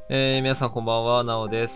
皆さんこんばんは、なおです。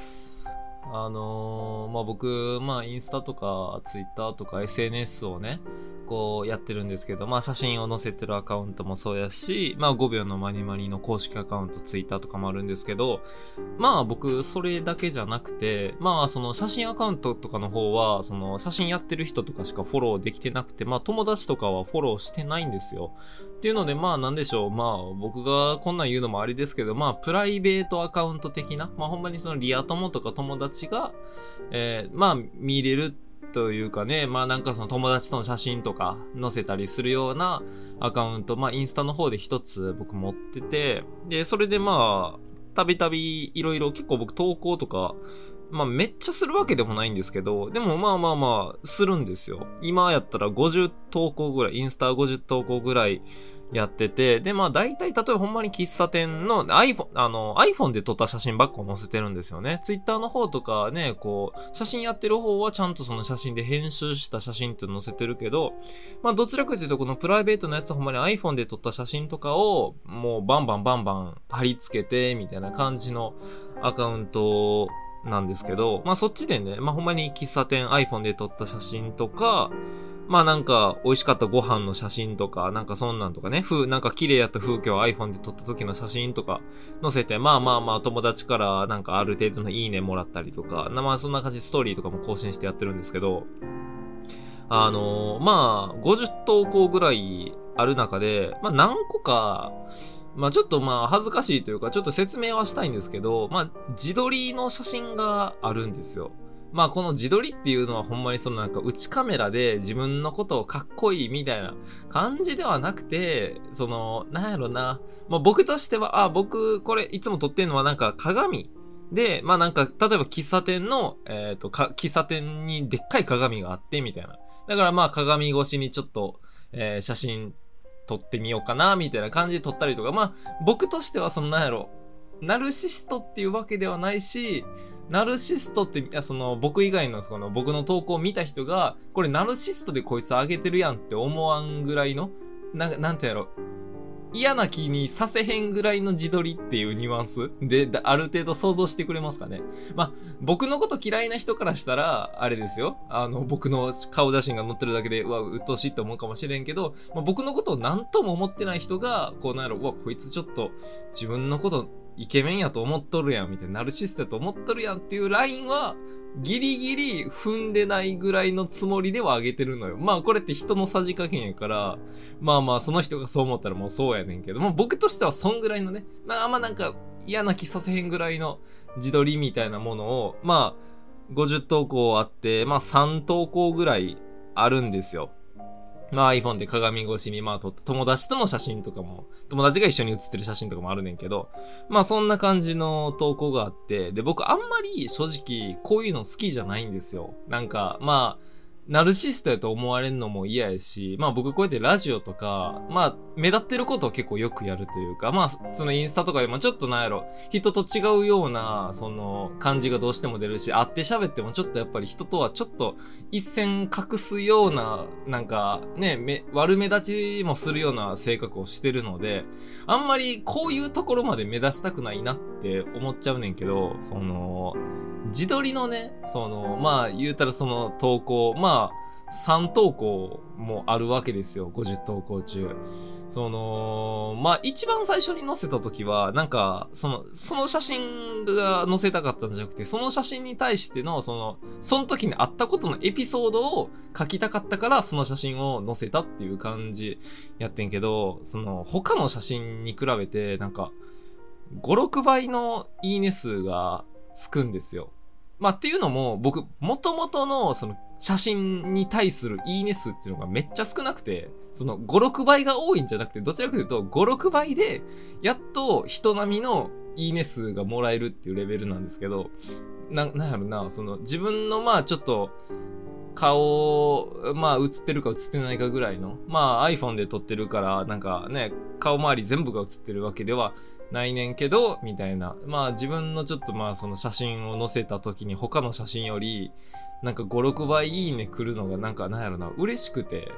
僕、インスタとか、ツイッターとか SNS をね、こうやってるんですけど、写真を載せてるアカウントもそうやし、5秒のマニマニの公式アカウント、ツイッターとかもあるんですけど、僕、それだけじゃなくて、その写真アカウントとかの方は、その写真やってる人とかしかフォローできてなくて、友達とかはフォローしてないんですよ。っていうので、なんでしょう。僕がこんなん言うのもあれですけど、プライベートアカウント的な、ほんまにそのリア友とか友達が、見れるというかね、なんかその友達との写真とか載せたりするようなアカウント、インスタの方で一つ僕持ってて、で、それでたびたびいろいろ結構僕投稿とか、めっちゃするわけでもないんですけど、でもするんですよ。今やったら50投稿ぐらい、インスタ50投稿ぐらいやってて、で、大体、例えばほんまに喫茶店の iPhone で撮った写真ばっか載せてるんですよね。Twitter の方とかね、こう、写真やってる方はちゃんとその写真で編集した写真って載せてるけど、どちらかというとこのプライベートのやつはほんまに iPhone で撮った写真とかを、もうバンバン貼り付けて、みたいな感じのアカウントなんですけど、そっちでね、ほんまに喫茶店 iPhone で撮った写真とか、なんか美味しかったご飯の写真とか、なんかそんなんとかね、なんか綺麗やった風景を iPhone で撮った時の写真とか載せて、友達からなんかある程度のいいねもらったりとか、そんな感じでストーリーとかも更新してやってるんですけど、50投稿ぐらいある中で、何個か、ちょっと恥ずかしいというか、ちょっと説明はしたいんですけど、自撮りの写真があるんですよ。この自撮りっていうのはほんまにそのなんか内カメラで自分のことをかっこいいみたいな感じではなくて、その、なんやろな。僕としては、僕これいつも撮ってるのはなんか鏡で、なんか、例えば喫茶店の、喫茶店にでっかい鏡があってみたいな。だから鏡越しにちょっと、写真撮ってみようかな、みたいな感じで撮ったりとか、僕としてはそのなんやろ、ナルシストっていうわけではないし、ナルシストって、その僕以外のその僕の投稿を見た人が、これナルシストでこいつ上げてるやんって思わんぐらいの、なんてやろ、嫌な気にさせへんぐらいの自撮りっていうニュアンスで、ある程度想像してくれますかね。僕のこと嫌いな人からしたら、あれですよ。僕の顔写真が載ってるだけで、鬱陶しいって思うかもしれんけど、僕のことを何とも思ってない人が、こうなんやろ、こいつちょっと自分のことイケメンやと思っとるやん、みたいな、ナルシストやと思っとるやんっていうラインは、ギリギリ踏んでないぐらいのつもりでは上げてるのよ。これって人のさじ加減やから、その人がそう思ったらもうそうやねんけど、僕としてはそんぐらいのね、なんか嫌な気させへんぐらいの自撮りみたいなものを、50投稿あって、3投稿ぐらいあるんですよ。iPhone で鏡越しに撮った友達との写真とかも、友達が一緒に写ってる写真とかもあるねんけど、そんな感じの投稿があって、で、僕あんまり正直こういうの好きじゃないんですよ。なんか、ナルシストやと思われるのも嫌やし、僕こうやってラジオとか、目立ってることを結構よくやるというか、そのインスタとかでもちょっとなんやろ、人と違うような、その、感じがどうしても出るし、会って喋ってもちょっとやっぱり人とはちょっと一線隠すような、なんかね、悪目立ちもするような性格をしてるので、あんまりこういうところまで目指したくないなって思っちゃうねんけど、その、自撮りのね、その、言うたらその投稿、3投稿もあるわけですよ、50投稿中。その、一番最初に載せた時は、なんか、その写真が載せたかったんじゃなくて、その写真に対しての、その時にあったことのエピソードを書きたかったから、その写真を載せたっていう感じやってんけど、その、他の写真に比べて、なんか、5、6倍のいいね数がつくんですよ。っていうのも、僕、元々の、その、写真に対するいいね数っていうのがめっちゃ少なくて、その、5、6倍が多いんじゃなくて、どちらかというと、5、6倍で、やっと人並みのいいね数がもらえるっていうレベルなんですけど、なんやろな、その、自分のちょっと、顔、映ってるか映ってないかぐらいの、iPhone で撮ってるから、なんかね、顔周り全部が映ってるわけではないねんけど、みたいな。自分のちょっとその写真を載せた時に他の写真より、なんか5、6倍いいね来るのがなんやろな、嬉しくて。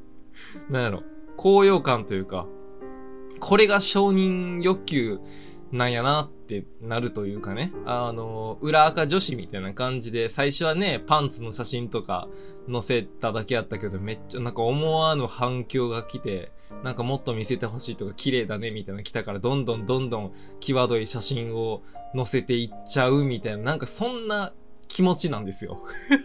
なんやろ、高揚感というか、これが承認欲求なんやなってなるというかね。裏垢女子みたいな感じで、最初はね、パンツの写真とか載せただけやったけど、めっちゃなんか思わぬ反響が来て、なんかもっと見せてほしいとか、綺麗だねみたいなの来たから、どんどん際どい写真を載せていっちゃうみたいな、なんかそんな気持ちなんですよ。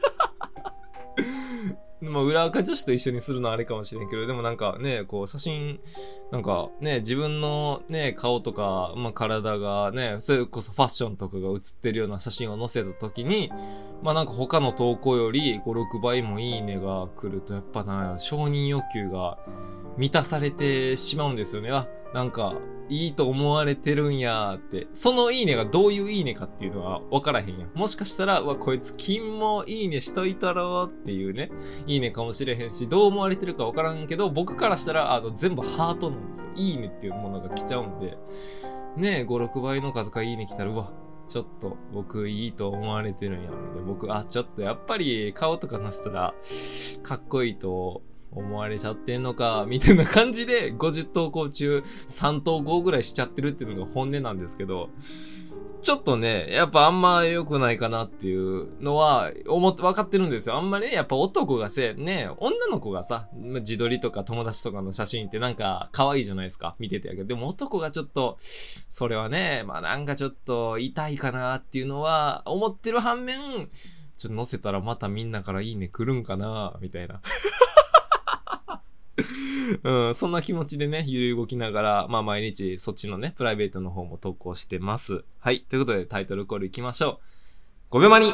まあ、裏垢女子と一緒にするのはあれかもしれんけど、でもなんかね、こう写真、なんかね、自分のね、顔とか、まあ体がね、それこそファッションとかが写ってるような写真を載せた時に、まあなんか他の投稿より5、6倍もいいねが来ると、やっぱ承認欲求が満たされてしまうんですよね。なんか、いいと思われてるんやーって。そのいいねがどういういいねかっていうのは分からへんやん。もしかしたら、こいつ金もいいねしといたろっていうね、いいねかもしれへんし、どう思われてるか分からんけど、僕からしたら、全部ハートなんですよ。いいねっていうものが来ちゃうんで。ねえ、5、6倍の数からいいね来たら、ちょっと僕いいと思われてるんやので、僕、ちょっとやっぱり顔とか載せたら、かっこいいと、思われちゃってんのか、みたいな感じで50投稿中3投稿ぐらいしちゃってるっていうのが本音なんですけど、ちょっとね、やっぱあんま良くないかなっていうのは分かってるんですよ。あんまりね、やっぱ男がね、女の子がさ、自撮りとか友達とかの写真ってなんか可愛いじゃないですか。見ててやけど。でも男がちょっと、それはね、まあなんかちょっと痛いかなっていうのは思ってる反面、ちょっと載せたらまたみんなからいいね来るんかなみたいな。うん、そんな気持ちでね、ゆる動きながら、まあ毎日そっちのね、プライベートの方も投稿してます。はい。ということでタイトルコールいきましょう。5秒前に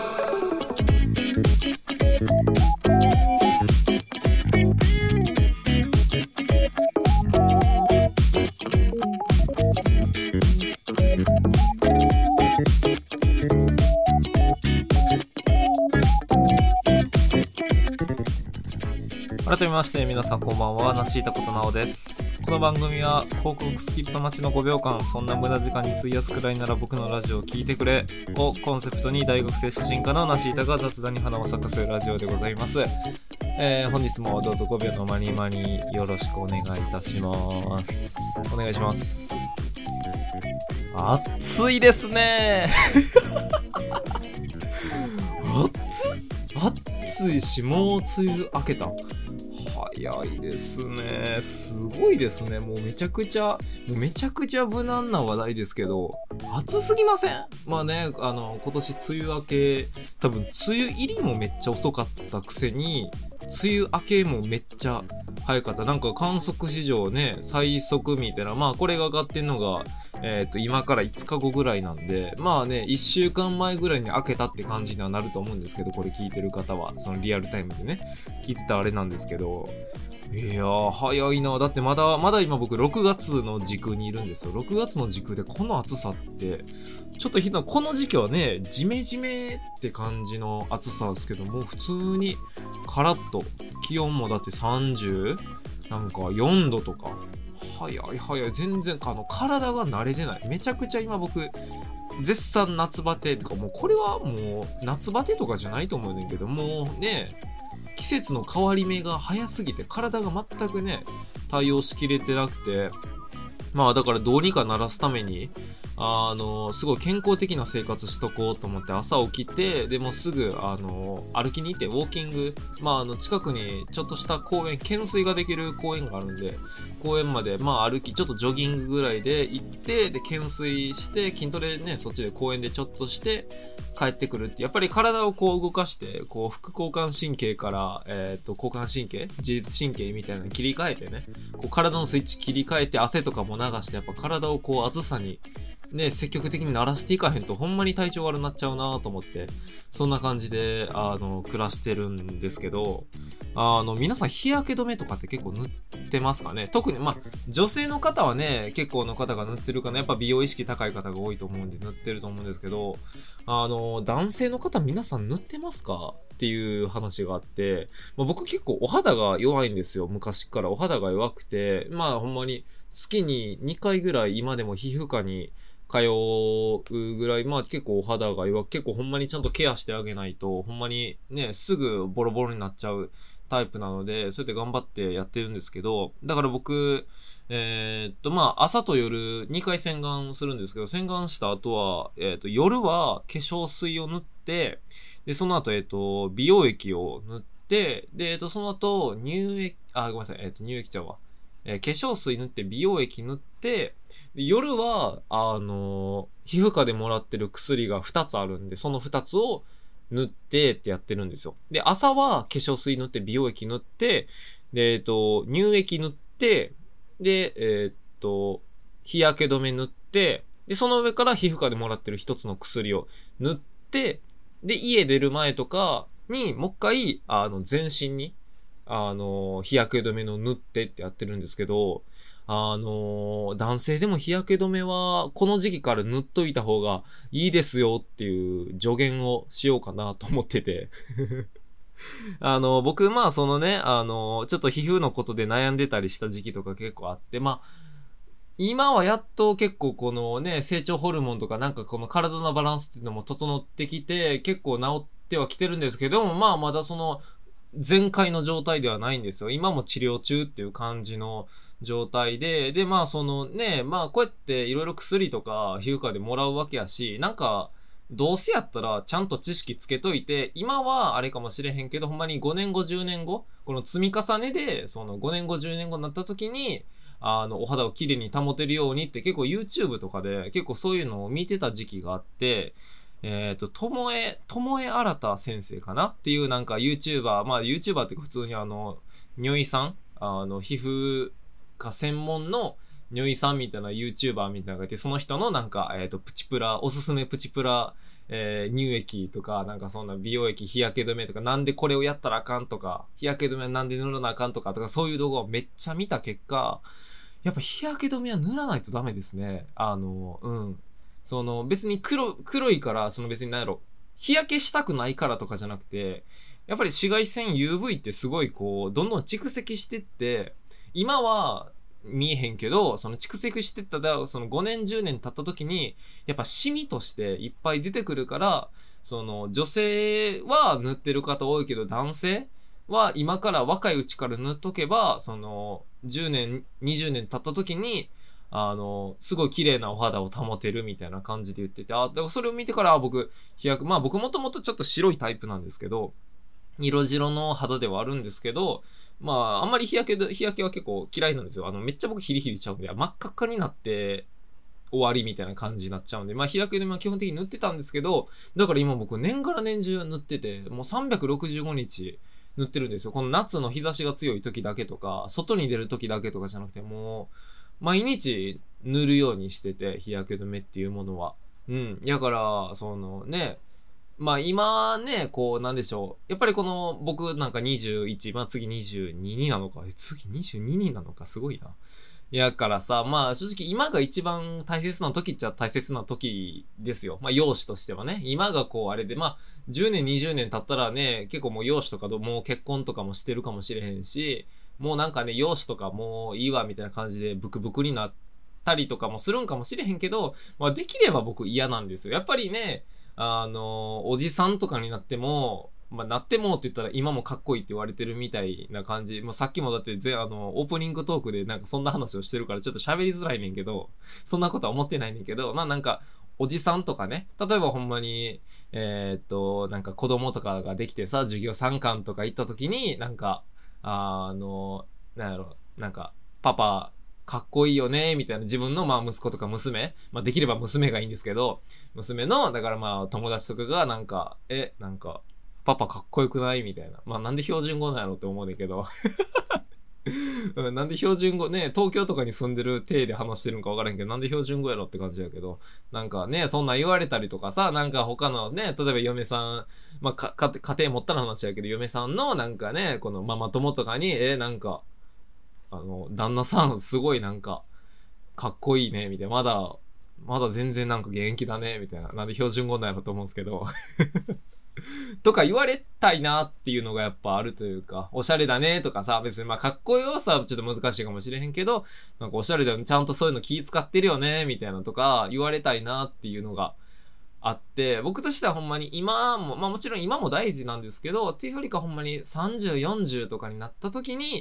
改めまして皆さんこんばんは、なしいたことなおです。この番組は広告スキップ待ちの5秒間、そんな無駄時間に費やすくらいなら僕のラジオを聞いてくれをコンセプトに、大学生写真家のなしいたが雑談に花を咲かせるラジオでございます。本日もどうぞ5秒のマニマニよろしくお願いいたします。お願いします。暑いですね暑いし、もう梅雨明けた。早いですね。すごいですね。もうめちゃくちゃ無難な話題ですけど、暑すぎません？まあね、今年梅雨明け、多分梅雨入りもめっちゃ遅かったくせに、梅雨明けもめっちゃ早かった。なんか観測史上ね、最速みたいな、まあこれが上がってんのが、今から5日後ぐらいなんで、まあね、1週間前ぐらいに明けたって感じにはなると思うんですけど、これ聞いてる方は、そのリアルタイムでね、聞いてたあれなんですけど、いやー、早いな。だってまだ今僕6月の時空にいるんですよ。6月の時空でこの暑さって、ちょっとこの時期はね、ジメジメって感じの暑さですけども、普通にカラッと、気温もだって30なんか4度とか、早い、全然体が慣れてない。めちゃくちゃ今僕絶賛夏バテとか、もうこれはもう夏バテとかじゃないと思うねんけど、もうね、季節の変わり目が早すぎて体が全くね対応しきれてなくて、まあだからどうにかならすためにすごい健康的な生活しとこうと思って朝起きて、でもすぐ歩きに行ってウォーキング、まあ近くにちょっとした公園、懸垂ができる公園があるんで、公園までまあ歩き、ちょっとジョギングぐらいで行って、で懸垂して筋トレね、そっちで公園でちょっとして帰ってくるって、やっぱり体をこう動かして、こう副交感神経から交感神経、自律神経みたいなのに切り替えてね、こう体のスイッチ切り替えて汗とかも流して、やっぱ体をこう暑さにね、積極的に慣らしていかへんとほんまに体調悪くなっちゃうなと思って、そんな感じで暮らしてるんですけど、皆さん日焼け止めとかって結構塗ってますかね。特にまあ女性の方はね、結構の方が塗ってるかな。やっぱ美容意識高い方が多いと思うんで塗ってると思うんですけど、男性の方皆さん塗ってますかっていう話があって、まあ、僕結構お肌が弱いんですよ。昔からお肌が弱くて、まあほんまに月に2回ぐらい今でも皮膚科に通うぐらい、まあ結構お肌が弱く、結構ほんまにちゃんとケアしてあげないと、ほんまにね、すぐボロボロになっちゃうタイプなので、それで頑張ってやってるんですけど、だから僕、 まあ、朝と夜2回洗顔するんですけど、洗顔した後は、夜は化粧水を塗って、で、その後、美容液を塗って、で、その後、乳液、あ、ごめんなさい、乳液ちゃうわ。化粧水塗って、美容液塗って、で夜は、皮膚科でもらってる薬が2つあるんで、その2つを塗ってってやってるんですよ。で、朝は化粧水塗って、美容液塗って、で、乳液塗って、で、日焼け止め塗って、で、その上から皮膚科でもらってる一つの薬を塗って、で、家出る前とかに、もう一回、全身に、日焼け止めの塗ってってやってるんですけど、男性でも日焼け止めは、この時期から塗っといた方がいいですよっていう助言をしようかなと思ってて。僕、まあ、そのね、ちょっと皮膚のことで悩んでたりした時期とか結構あって、まあ、今はやっと結構このね、成長ホルモンとかなんかこの体のバランスっていうのも整ってきて、結構治ってはきてるんですけども、まあまだその、全開の状態ではないんですよ。今も治療中っていう感じの状態で、で、まあそのね、まあこうやっていろいろ薬とか皮膚科でもらうわけやし、なんか、どうせやったらちゃんと知識つけといて、今はあれかもしれへんけど、ほんまに5年後、10年後、この積み重ねで、その5年後、10年後になった時に、お肌をきれいに保てるようにって結構 YouTube とかで結構そういうのを見てた時期があって、ともえ新先生かなっていうなんか YouTuber、まあ YouTuber って普通に如意さん、皮膚科専門の如意さんみたいな YouTuber みたいなのがいて、その人のなんか、プチプラ、おすすめプチプラ、乳液とか、なんかそんな美容液、日焼け止めとか、なんでこれをやったらあかんとか、日焼け止めなんで塗らなあかんとか、そういう動画をめっちゃ見た結果、やっぱ日焼け止めは塗らないとダメですね。うん。その別に黒いから、その別に何やろ、日焼けしたくないからとかじゃなくて、やっぱり紫外線 UV ってすごいこう、どんどん蓄積してって、今は見えへんけど、その蓄積してったら、その5年10年経った時に、やっぱシミとしていっぱい出てくるから、その女性は塗ってる方多いけど男性は今から若いうちから塗っとけば、その10年、20年経った時に、すごい綺麗なお肌を保てるみたいな感じで言ってて、だからそれを見てから僕、まあ僕もともとちょっと白いタイプなんですけど、色白の肌ではあるんですけど、まあ、あんまり日焼けは結構嫌いなんですよ。めっちゃ僕ヒリヒリしちゃうんで、真っ赤っかになって終わりみたいな感じになっちゃうんで、まあ日焼け止めは基本的に塗ってたんですけど、だから今僕年がら年中塗ってて、もう365日塗ってるんですよ。この夏の日差しが強い時だけとか、外に出る時だけとかじゃなくて、もう、毎日塗るようにしてて、日焼け止めっていうものは。うん。だから、そのね、まあ今ね、こうなんでしょう。やっぱりこの僕なんか21、まあ次22になのか。次22になのか、すごいな。やからさ、まあ正直今が一番大切な時っちゃ大切な時ですよ。まあ容姿としてはね。今がこうあれで、まあ10年20年経ったらね、結構もう容姿とかもう結婚とかもしてるかもしれへんし、もうなんかね、容姿とかもういいわみたいな感じでブクブクになったりとかもするんかもしれへんけど、まあできれば僕嫌なんですよ。やっぱりね、おじさんとかになっても、まあ、なってもって言ったら今もかっこいいって言われてるみたいな感じ。もうさっきもだってオープニングトークでなんかそんな話をしてるからちょっと喋りづらいねんけど、そんなことは思ってないねんけど、まあなんか、おじさんとかね、例えばほんまに、なんか子供とかができてさ、授業参観とか行った時に、なんか、なんやろ、なんか、パパ、かっこいいよね、みたいな自分のまあ息子とか娘、まあできれば娘がいいんですけど、娘の、だからまあ友達とかがなんか、なんか、パパかっこよくないみたいな。まあなんで標準語なんやろって思うねんけど。うん、なんで標準語ね、東京とかに住んでる体で話してるんか分からんけど、なんで標準語やろって感じやけど、なんかね、そんなん言われたりとかさ、なんか他のね、例えば嫁さん、まあ家庭持ったら話やけど、嫁さんのなんかね、このママ友とかに、なんか、旦那さんすごいなんか、かっこいいね、みたいな。まだ全然なんか元気だね、みたいな。なんで標準語なんやろと思うんですけど。とか言われたいなっていうのがやっぱあるというか、おしゃれだねとかさ、別にまあかっこよさはちょっと難しいかもしれへんけど、なんかおしゃれだよね、ちゃんとそういうの気使ってるよね、みたいなとか言われたいなっていうのがあって、僕としてはほんまに今も、まあもちろん今も大事なんですけど、っていうよりかほんまに30、40とかになった時に、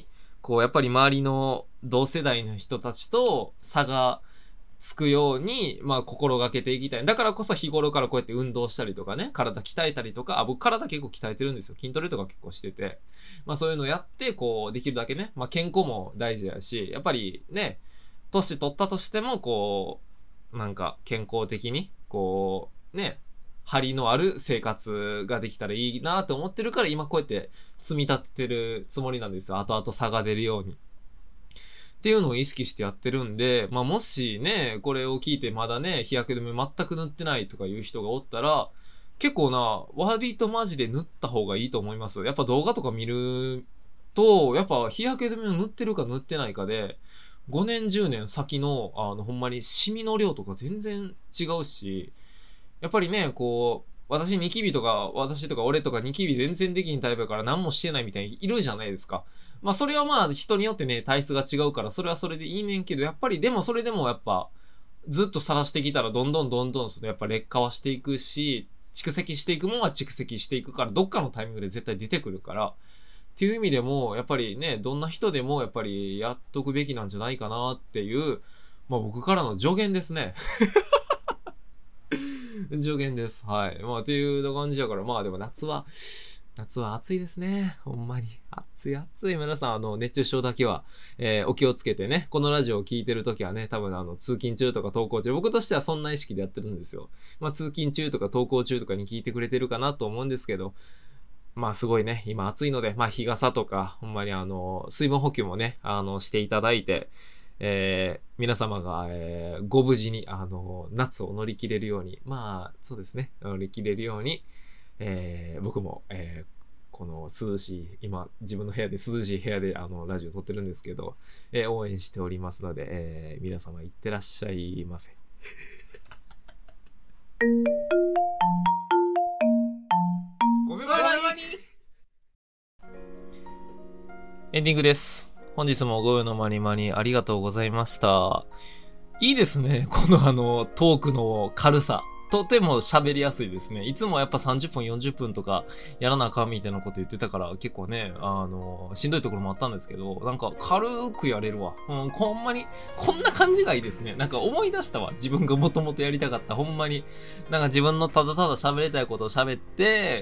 こうやっぱり周りの同世代の人たちと差がつくように、まあ心がけていきたい。だからこそ日頃からこうやって運動したりとかね、体鍛えたりとか、僕体結構鍛えてるんですよ。筋トレとか結構してて。まあそういうのをやって、こうできるだけね、まあ健康も大事やし、やっぱりね、年取ったとしても、こう、なんか健康的に、こう、ね、張りのある生活ができたらいいなと思ってるから、今こうやって積み立ててるつもりなんですよ。後々差が出るように。っていうのを意識してやってるんで、まあもしね、これを聞いてまだね、日焼け止め全く塗ってないとかいう人がおったら、結構な、割とマジで塗った方がいいと思います。やっぱ動画とか見ると、やっぱ日焼け止めを塗ってるか塗ってないかで、5年10年先の、ほんまにシミの量とか全然違うし、やっぱりね、こう、ニキビとか、私とか俺とかニキビ全然できんタイプやから何もしてないみたいにいるじゃないですか。まあそれはまあ人によってね、体質が違うからそれはそれでいいねんけど、やっぱりでもそれでもやっぱ、ずっと晒してきたらどんどんそのやっぱ劣化はしていくし、蓄積していくものは蓄積していくから、どっかのタイミングで絶対出てくるから、っていう意味でも、やっぱりね、どんな人でもやっぱりやっとくべきなんじゃないかなっていう、まあ僕からの助言ですね。助言です。はい。まあ、っていう感じだから、まあでも夏は暑いですね。ほんまに。暑い。皆さん、熱中症だけは、お気をつけてね。このラジオを聞いてるときはね、多分通勤中とか登校中、僕としてはそんな意識でやってるんですよ。まあ、通勤中とか登校中とかに聞いてくれてるかなと思うんですけど、まあすごいね、今暑いので、まあ日傘とか、ほんまに水分補給もね、していただいて、皆様が、ご無事に、夏を乗り切れるように、まあ、そうですね、乗り切れるように、僕も、この涼しい、今、自分の部屋で、涼しい部屋で、ラジオ撮ってるんですけど、応援しておりますので、皆様いってらっしゃいませ。ごめんなさい。エンディングです。本日もご用のまにまにありがとうございました。いいですね。このトークの軽さ。とても喋りやすいですね。いつもやっぱ30分40分とかやらなあかんみたいなこと言ってたから結構ね、しんどいところもあったんですけど、なんか軽くやれるわ。ほんまに、こんな感じがいいですね。なんか思い出したわ。自分がもともとやりたかった。ほんまに、なんか自分のただただ喋りたいことを喋って、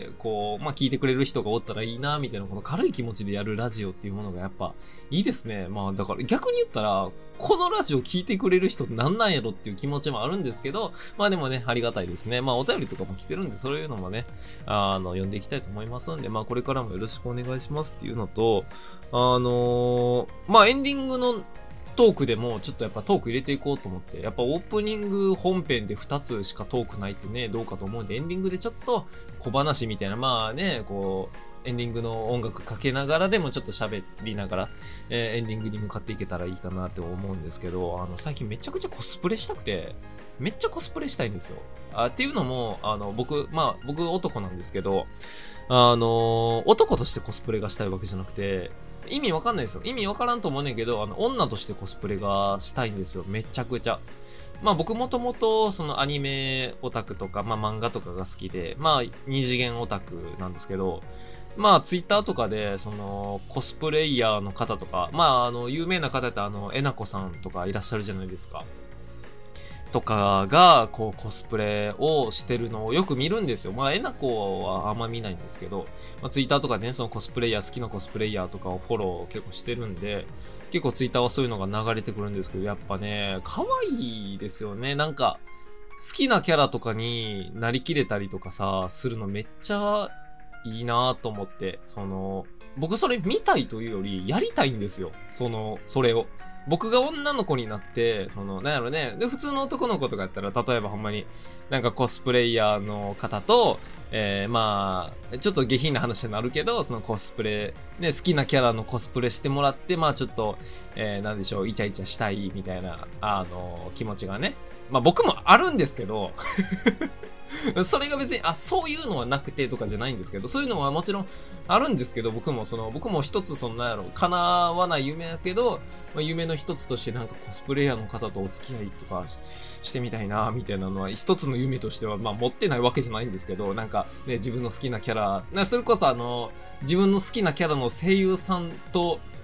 こう、まあ聞いてくれる人がおったらいいな、みたいなこの軽い気持ちでやるラジオっていうものがやっぱいいですね。まあだから逆に言ったら、このラジオ聞いてくれる人ってなんなんやろっていう気持ちもあるんですけど、まあでもね、ありがたいですね。まあお便りとかも来てるんで、そういうのもね、読んでいきたいと思いますんで、まあこれからもよろしくお願いしますっていうのと、まあエンディングのトークでもちょっとやっぱトーク入れていこうと思って、やっぱオープニング本編で2つしかトークないってね、どうかと思うんで、エンディングでちょっと小話みたいな、まあね、こう、エンディングの音楽かけながらでもちょっと喋りながら、エンディングに向かっていけたらいいかなって思うんですけど、最近めちゃくちゃコスプレしたくて、めっちゃコスプレしたいんですよ。っていうのも、僕男なんですけど、男としてコスプレがしたいわけじゃなくて、意味わかんないですよ。意味わからんと思うねんけど、女としてコスプレがしたいんですよ。めちゃくちゃ。まあ僕もともとそのアニメオタクとか、まあ漫画とかが好きで、まあ二次元オタクなんですけど、まあツイッターとかでそのコスプレイヤーの方とか、まあ有名な方ってえなこさんとかいらっしゃるじゃないですか。とかがこうコスプレをしてるのをよく見るんですよ。まあえなこはあんま見ないんですけど、まあ、ツイッターとかでね、そのコスプレイヤー、好きなコスプレイヤーとかをフォロー結構してるんで、結構ツイッターはそういうのが流れてくるんですけど、やっぱね、可愛いですよね。なんか、好きなキャラとかになりきれたりとかさ、するのめっちゃいいなと思って、僕それ見たいというより、やりたいんですよ。それを。僕が女の子になって、なんやろね。で、普通の男の子とかやったら、例えばほんまに、なんかコスプレイヤーの方と、まあ、ちょっと下品な話になるけど、そのコスプレ、ね、好きなキャラのコスプレしてもらって、まあちょっと、なんでしょう、イチャイチャしたいみたいな、気持ちがね。まあ僕もあるんですけど、それが別に、そういうのはなくてとかじゃないんですけど、そういうのはもちろんあるんですけど、僕も一つなんやろ、叶わない夢やけど、まあ、夢の一つとしてなんかコスプレイヤーの方とお付き合いとかしてみたいな、みたいなのは一つの夢としては、まあ持ってないわけじゃないんですけど、なんかね、自分の好きなキャラ、それこそ自分の好きなキャラの声優さんと、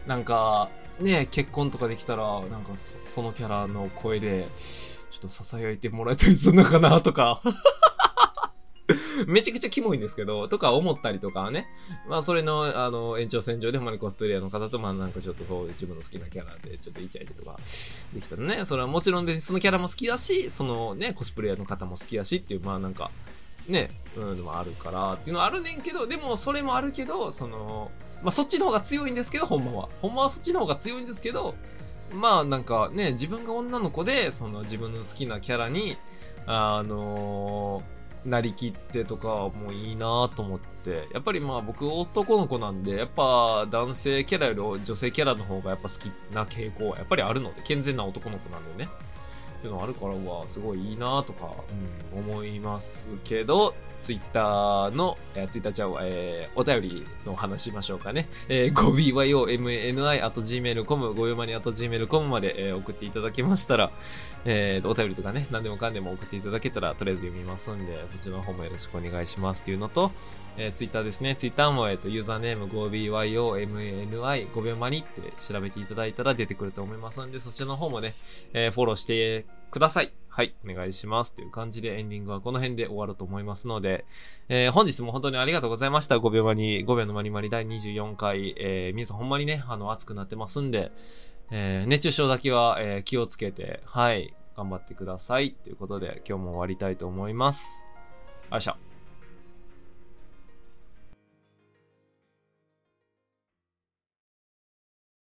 なんか、ね、結婚とかできたら、なんかそのキャラの声で、ちょっと囁いてもらえたりするのかなとか。めちゃくちゃキモいんですけど、とか思ったりとかね。まあ、それの、延長線上でほんまにコスプレイヤーの方と、まあ、なんかちょっとそう自分の好きなキャラで、ちょっとイチャイチャとかできたらね。それはもちろんで、そのキャラも好きだし、そのね、コスプレイヤーの方も好きだしっていう、まあなんか、ね、のもあるからっていうのはあるねんけど、でもそれもあるけど、まあそっちの方が強いんですけど、ほんまは。ほんまはそっちの方が強いんですけど、まあなんかね、自分が女の子で、自分の好きなキャラに、なりきってとかもいいなと思って、やっぱりまあ僕男の子なんで、やっぱ男性キャラより女性キャラの方がやっぱ好きな傾向はやっぱりあるので、健全な男の子なんでね。っていうのあるからはすごいいいなとか、思いますけど、ツイッターの、ツイッターちゃうわ、お便りの話しましょうかね。5byomani@gmail.com、ごよまに@gmail.com まで、送っていただけましたら、お便りとかね、何でもかんでも送っていただけたら、とりあえず読みますんで、そっちの方もよろしくお願いしますっていうのと、ツイッターですね。ツイッターも、ユーザーネーム 5byomani、5秒間にって調べていただいたら出てくると思いますので、そちらの方もね、フォローしてください。はい、お願いしますという感じでエンディングはこの辺で終わると思いますので、本日も本当にありがとうございました。5秒間に、5秒のまにまり第24回、皆さんほんまにね、暑くなってますんで、熱中症だけは、気をつけて、はい、頑張ってくださいということで、今日も終わりたいと思います。よいしょ。